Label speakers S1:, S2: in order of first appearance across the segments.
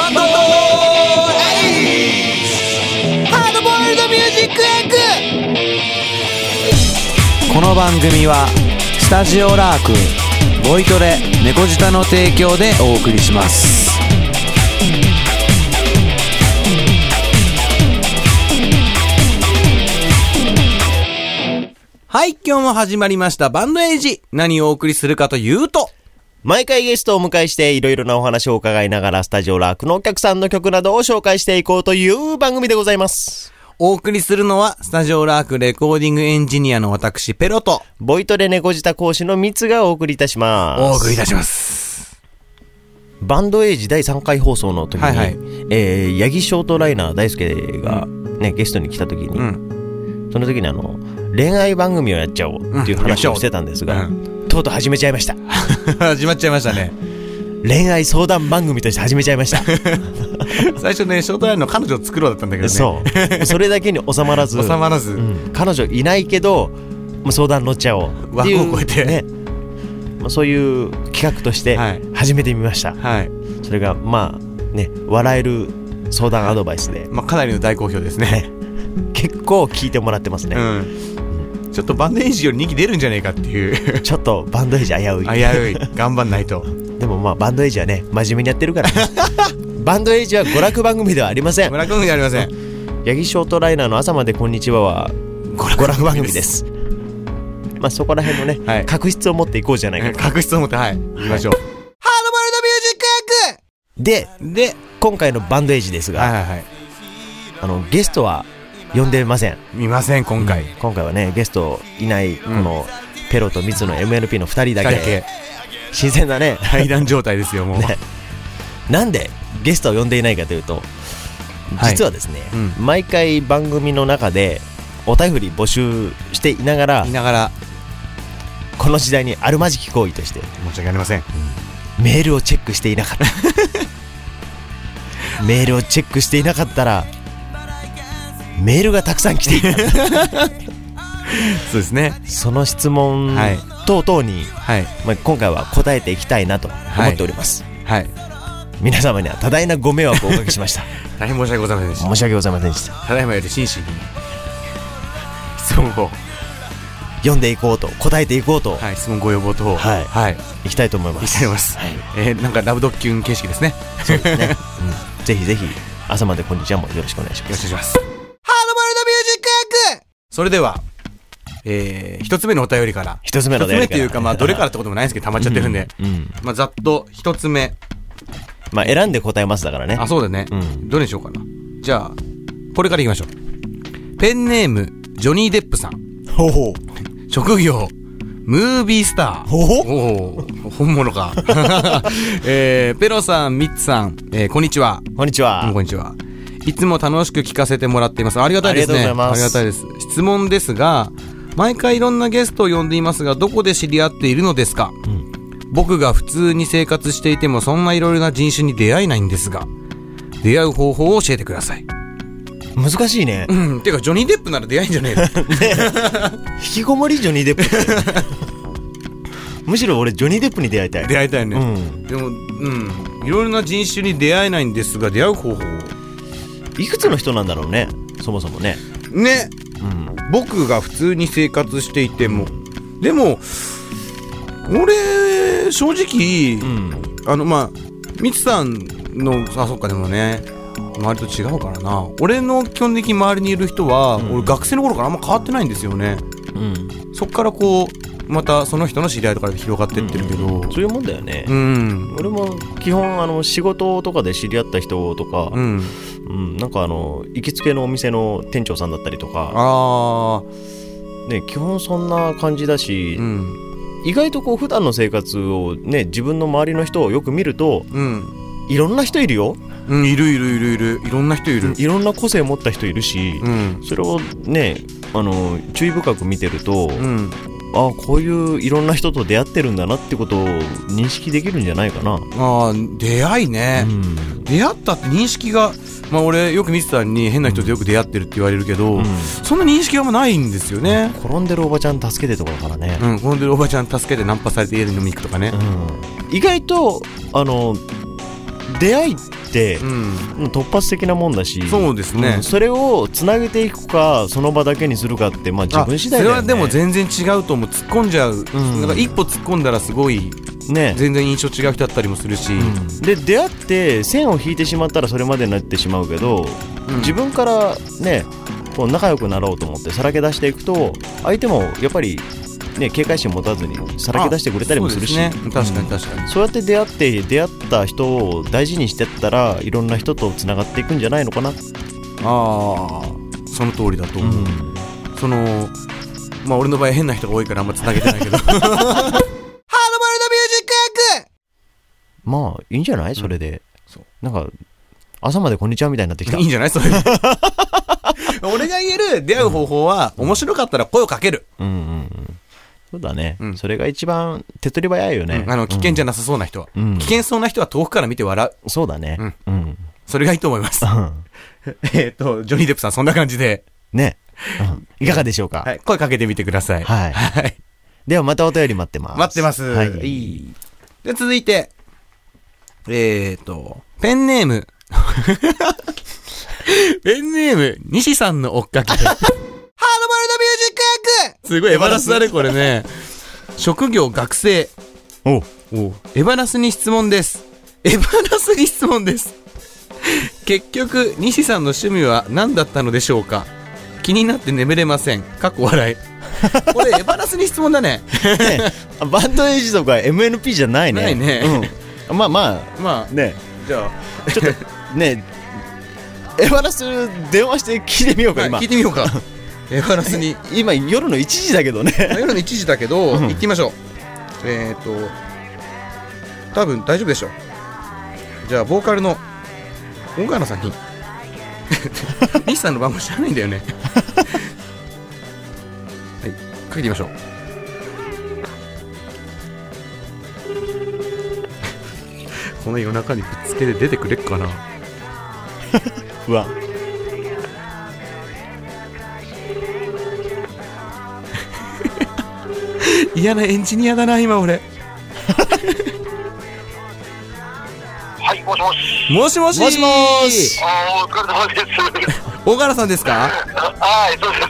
S1: バンドハードボイルドミュージックエッグ。この番組はスタジオラーク、ボイトレ、猫舌の提供でお送りします。はい、今日も始まりましたバンドエイジ。何をお送りするかというと、
S2: 毎回ゲストをお迎えしていろいろなお話を伺いながらスタジオラークのお客さんの曲などを紹介していこうという番組でございます。
S1: お送りするのはスタジオラークレコーディングエンジニアの私ペロと
S2: ボイトレ猫舌講師のミツがお送りいたします。
S1: お送りいたします。
S2: バンドエイジ第3回放送の時に、
S1: はいはい、
S2: 八木ショートライナー大輔がね、ゲストに来た時に、その時に恋愛番組をやっちゃおうっていう話をしてたんですが、とうとう始めちゃいました
S1: 始まっちゃいましたね。
S2: 恋愛相談番組として始めちゃいました
S1: 最初ね、ショートラインの彼女を作ろうだったんだけどね。
S2: そうそれだけに収まらず彼女いないけどもう相談乗っちゃおうっていう
S1: 枠を超えて、ね、
S2: そういう企画として始めてみました、はい、それがまあね、笑える相談アドバイスで、
S1: かなりの大好評ですね
S2: 結構聞いてもらってますね、
S1: ちょっとバンドエイジより人気出るんじゃねえかっていう
S2: ちょっとバンドエイジ危うい
S1: 頑張んないと。
S2: でもまあバンドエイジはね、真面目にやってるから、ね、バンドエイジは娯楽番組ではありません。
S1: 娯楽番組ではありません。
S2: 八木ショートライナーの朝までこんにちはは娯楽番組です。まあそこら辺のね、はい、確執を持っていこうじゃないかと。
S1: 確執を持って、はい、言いましょう、はい、ハードボイルドミュージックエッグで今
S2: 回のバンドエイジですが、ゲストは呼んでません。
S1: 見ません今回、
S2: 今回はね、ゲストいないこのペロとミツの MNP の2人だけ、新鮮なね
S1: 対談状態ですよもう、
S2: ね、なんでゲストを呼んでいないかというと、実はですね、毎回番組の中でお便り募集していながらこの時代にあるまじき行為として
S1: 申し訳ありません、
S2: メールをチェックしていなかったメールをチェックしていなかったらメールがたくさん来ていた
S1: そうですね。
S2: その質問等々に、今回は答えていきたいなと思っております、皆様には多大なご迷惑をおかけしました
S1: 大変申し訳ございませんでした。
S2: 申し訳ございませんでした。
S1: ただいまより真摯に質問を
S2: 読んでいこうと、答えていこうと、
S1: 質問ご要望等を
S2: いきたいと思います。
S1: なんかラブドッキュン形式ですね。
S2: そうですね、ぜひぜひ朝までこんにちはもよろしくお願いします。
S1: よろしくお願いします。ハードボイルドミュージックエッグ。それでは一つ目のお便りから。
S2: 一つ目って
S1: いうか、まあどれからってこともないんですけど、溜まっちゃってるんで、まあざっと一つ目、
S2: まあ選んで答えますだからね。
S1: あ、そうだね、どれにしようかな。じゃあこれからいきましょう。ペンネームジョニー・デップさん。職業ムービースター。本物かペロさん、ミッツさん、こんにちは。
S2: こんにちは。
S1: こんにちは。いつも楽しく聞かせてもらっています。ありがたいですね。ありがとうございます。ありがたいです。質問ですが、毎回いろんなゲストを呼んでいますが、どこで知り合っているのですか？僕が普通に生活していてもそんないろいろな人種に出会えないんですが、出会う方法を教えてください。
S2: 難しいね。
S1: てかジョニー・デップなら出会いんじゃねえの
S2: 引きこもりジョニー・デップむしろ俺ジョニー・デップに出会いたい。
S1: 出会いたいね、でもいろいろな人種に出会えないんですが、出会う方法
S2: いくつの人なんだろうね、そもそもね。
S1: 僕が普通に生活していても、でも俺正直、まあミツさんのそっか、でもね周りと違うからな。俺の基本的に周りにいる人は、俺学生の頃からあんま変わってないんですよね、そっからこうまたその人の知り合いとかで広がってってるけど、
S2: そういうもんだよね。俺も基本仕事とかで知り合った人とか、なんか行きつけのお店の店長さんだったりとか、ね、基本そんな感じだし、意外とこう普段の生活をね、自分の周りの人をよく見ると、いろんな人いるよ。
S1: いるいろんな人いる。
S2: いろんな個性持った人いるし、それをね注意深く見てると、こういういろんな人と出会ってるんだなってことを認識できるんじゃないかな。
S1: 出会いね、出会ったって認識が、まあ俺よくミツさんに変な人とよく出会ってるって言われるけど、そんな認識があんまないんですよね。
S2: 転んでるおばちゃん助けてとかだからね。
S1: 転んでるおばちゃん助けてナンパされて家で飲みに行くとかね、
S2: 意外と出会いって 、突発的なもんだし、
S1: そうですね、
S2: それをつなげていくかその場だけにするかって、まあ、自分次第だよね。
S1: それはでも全然違うと思う。突っ込んじゃう、なんか一歩突っ込んだらすごい、ね、全然印象違う人だったりもするし、
S2: で出会って線を引いてしまったらそれまでになってしまうけど、自分からねこう仲良くなろうと思ってさらけ出していくと、相手もやっぱりね、警戒心持たずにさらけ出してくれたりもするし、
S1: そうですね、確かに確かに、
S2: そうやって出会った人を大事にしてったら、いろんな人とつながっていくんじゃないのかな。
S1: その通りだと思う、そのまあ俺の場合変な人が多いからあんまつなげてないけどハードボイルドミュージックエッグ、
S2: まあいいんじゃない、それで、なんか朝までこんにちはみたいになってきた。
S1: いいんじゃないそれ俺が言える出会う方法は、面白かったら声をかける。
S2: そうだね、それが一番手っ取り早いよね。
S1: 危険じゃなさそうな人は、危険そうな人は遠くから見て笑う。
S2: そうだね、
S1: それがいいと思います。ジョニー・デップさんそんな感じで
S2: ね、いかがでしょうか。
S1: はい、声かけてみてください。
S2: はい、ではまたお便り待ってます。
S1: 待ってます。はい。で続いてペンネーム西さんの追っかけハードボイルドミュージックエッグ、すごいエバラスだねこれね。職業学生。エバラスに質問です。結局西さんの趣味は何だったのでしょうか。気になって眠れません。かっこ笑い。これエバラスに質問だね。
S2: バンドエイジとか MNP じゃないね。
S1: ないね。
S2: まあね、じゃあちょっとねエバラス電話して聞いてみようか。今
S1: 聞いてみようか。エバラスに
S2: 今夜の1時だけどね。
S1: 夜の1時だけど、行ってみましょう。多分大丈夫でしょう。じゃあボーカルの小川さんに西さんの番号知らないんだよね。はい、かけてみましょう。この夜中にぶっつけで出てくれっかな。
S2: 不安。
S1: 嫌なエンジニアだな今俺。
S3: はい、もしもし。
S1: もしもし。
S3: お疲れ様です。
S1: 小原さんですか。
S3: はい、そうです。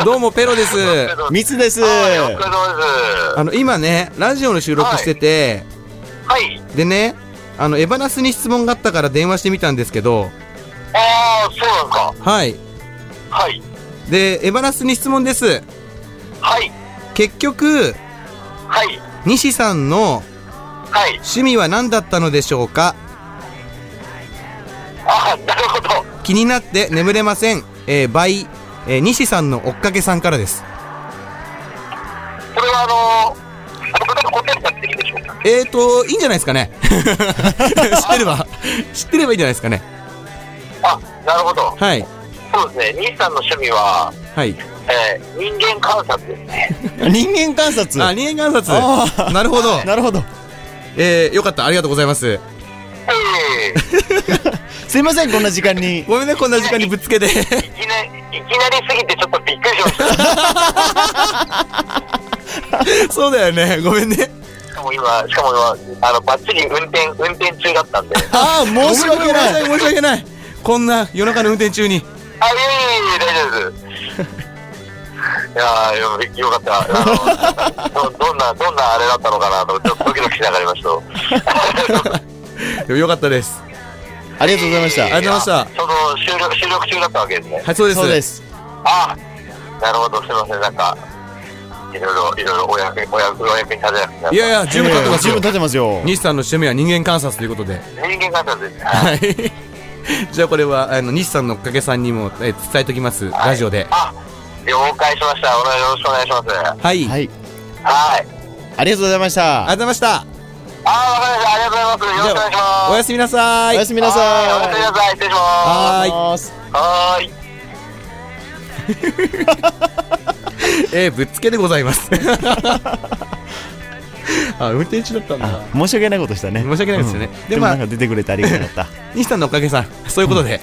S1: どうもペロです。
S2: ミツです。
S3: お疲れ様
S1: です。今ねラジオの収録してて、
S3: はい。
S1: でねエバラスに質問があったから電話してみたんですけど。
S3: そうなんですか。
S1: はい。
S3: はい。
S1: でエバラスに質問です。
S3: はい。
S1: 結局、
S3: はい、
S1: 西さんの趣味は何だったのでしょうか。
S3: なるほど。
S1: 気になって眠れません。by、西さんの追っかけさんからです。
S3: これは僕が答えになっていいでしょうか。
S1: いいんじゃないですかね。知ってればいいんじゃないですかね。
S3: なるほど。
S1: はい。
S3: そうですね。西さんの趣味は、
S1: はい。
S3: 人間観察ですね。
S2: 人間観察。
S1: 人間観察。なるほど。
S2: なるほど。
S1: よかった。ありがとうございます。
S2: すいません、こんな時間に。
S1: ごめんね、こんな時間にぶっつけで。いきなり
S3: すぎてちょっとびっくりしました。
S1: そうだよね。ごめんね。
S3: しかも今バッチリ運転中だったんで。
S2: 申し訳
S1: ない。こんな夜中の運転中に。
S3: いえ、大丈夫です。いやー、よかった。どんなあれだったのかなと、ちょっとドキドキしながらいました。
S1: でもよかったです。
S2: ありがとうございました。
S1: ありがとうございました。
S3: ちょうど収録中だったわけですね。
S1: はい、そうです。
S3: なるほど、すみません、なんかいろいろお役に立てなくて。
S1: いや十分立
S2: てますよ。
S1: 西さんの趣味は人間観察ということで。
S3: 人間観察です。
S1: はい。じゃあこれは西さんのおかげさんにも伝えときます、ラジオで。
S3: 了解しました。よろしくお願いします。
S1: はい。
S2: ありがとうございました。
S1: ありがとうございました。
S3: わかりました。ありがとうございます。よろしくお願いします。
S1: おやすみなさい。
S2: おやすみなさい。
S3: 失礼します。はーい。
S1: ぶっつけでございます。運転中だったんだ。
S2: 申し訳ないことしたね。
S1: 申し訳ないですよね。
S2: でもなんか出てくれてありがたかった。
S1: 西さんのおかげさん、そういうことで。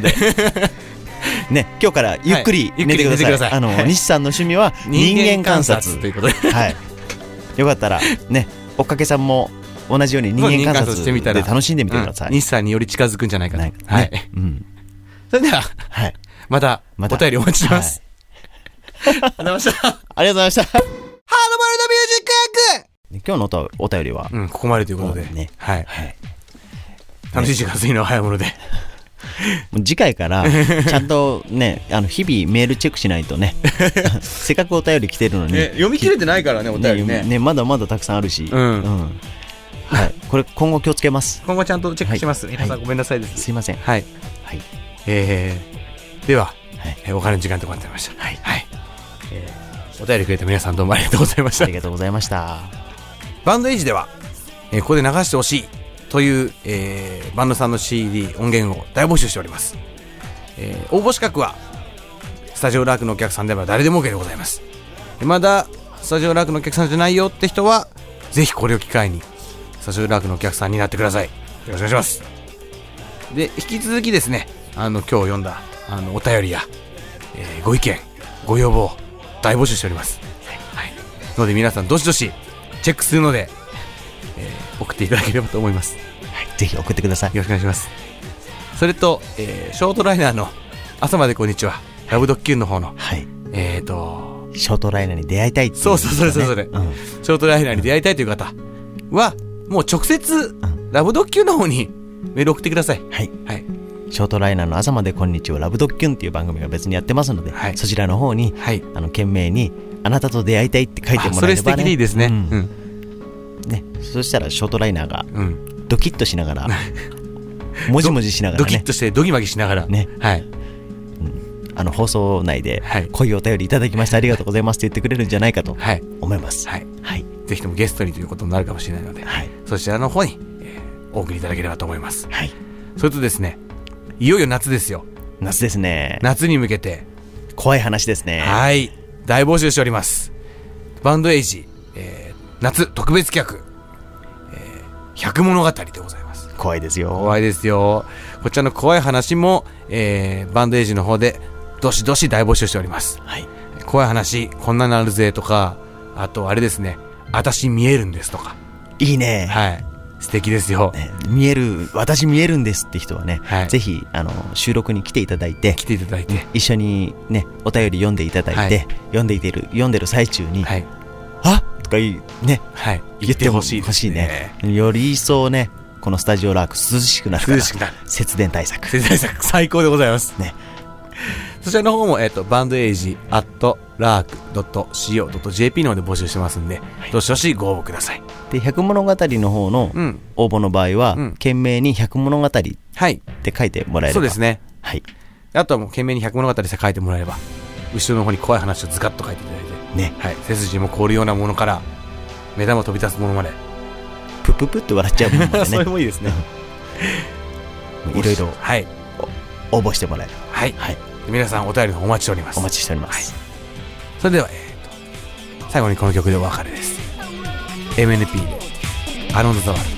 S2: ね、今日からゆっくり寝てください。西さんの趣味は人間観察
S1: ということで。
S2: はい。よかったらね、おかげさんも同じように人間観察で楽しんでみてください。
S1: 日産により近づくんじゃないかと。はい。それでは、またお便りお待ちしてます。ありがとうございました。
S2: ありがとうございました。ハードボイルドミ
S1: ュージックエッグ。
S2: 今日のお便りは、
S1: ここまでということで、はい。楽しい時間過ぎるのは早いもので。
S2: 次回からちゃんとね、日々メールチェックしないとね。せっかくお便り来てるのに、
S1: 読み切れてないからね、お便りね。
S2: まだまだたくさんあるし、はい。これ今後気をつけます。
S1: 今後ちゃんとチェックします。皆さんごめんなさいです。
S2: すいません。
S1: はい。では、お別れの時間となってました。はい。お便りくれた皆さんどうもありがとうございました。
S2: ありがとうございました。
S1: バンドエイジでは、ここで流してほしいという、バンドさんの CD 音源を大募集しております。応募資格はスタジオラークのお客さんでは誰でも OK でございます。まだスタジオラークのお客さんじゃないよって人はぜひこれを機会にスタジオラークのお客さんになってください。よろしくお願いします。で、引き続きですね、今日読んだお便りや、ご意見ご要望大募集しております。はい。ので皆さんどしどしチェックするので、送っていただければと思います。
S2: はい、ぜひ送ってください。
S1: よろしくお願いします。それと、ショートライナーの朝までこんにちは、ラブドッキュンの方の、
S2: はい、ショートライナーに出会いたいっていう、
S1: ね、それ、ショートライナーに出会いたいという方はもう直接、ラブドッキュンの方にメール送ってください。
S2: はい、はい。ショートライナーの朝までこんにちはラブドッキュンっていう番組が別にやってますので、はい、そちらの方に、はい、懸命にあなたと出会いたいって書いてもらえればね。
S1: それ素敵でいいですね。
S2: ね、そしたらショートライナーがドキッとしながら、もじもじしながらね、
S1: ドキッとしてドギマギしながらね、はい、
S2: 放送内で、はい、こういうお便りいただきましてありがとうございますって言ってくれるんじゃないかと思います。
S1: はい、はい、ぜひともゲストにということになるかもしれないので、はい、そちらの方に、お送りいただければと思います。はい、それとですね、いよいよ夏ですよ。
S2: 夏ですね。
S1: 夏に向けて
S2: 怖い話ですね。
S1: はい、大募集しております。バンドエイジ、夏特別企画、百物語でございます。
S2: 怖いですよ。
S1: 怖いですよ。こちらの怖い話も、バンドエイジの方でどしどし大募集しております。はい、怖い話こんなのあるぜとか、あとあれですね、私見えるんですとか。
S2: いいね。
S1: はい、素敵ですよ。
S2: 私見えるんですって人はね、はい、ぜひ収録に来ていただいて一緒にねお便り読んでいただいて、はい、読んでる最中に、はい、あとかね、はい、言ってほしいね。より一層ねこのスタジオラーク涼しくなるから節電対策
S1: 最高でございますね。そちらの方も、バンドエイジ@lark.co.jp の方で募集してますんで、はい、どしどしご応募ください。
S2: で、百物語の方の応募の場合は、懸命に百物語って書いてもらえれば、
S1: そうですね。
S2: はい。
S1: あとはもう懸命に百物語で書いてもらえれば、後ろの方に怖い話をズカッと書いていただいて、ね、はい、背筋も凍るようなものから目玉飛び出すものまで、
S2: プップップって笑っちゃうものまでね。
S1: それもいいですね。
S2: いろいろ、
S1: はい、
S2: 応募してもらえる。
S1: はい。はい。皆さんお便りの方お待ちしております。
S2: お待ちしております。はい、
S1: それでは、最後にこの曲でお別れです。MNP でアロンドザワールド。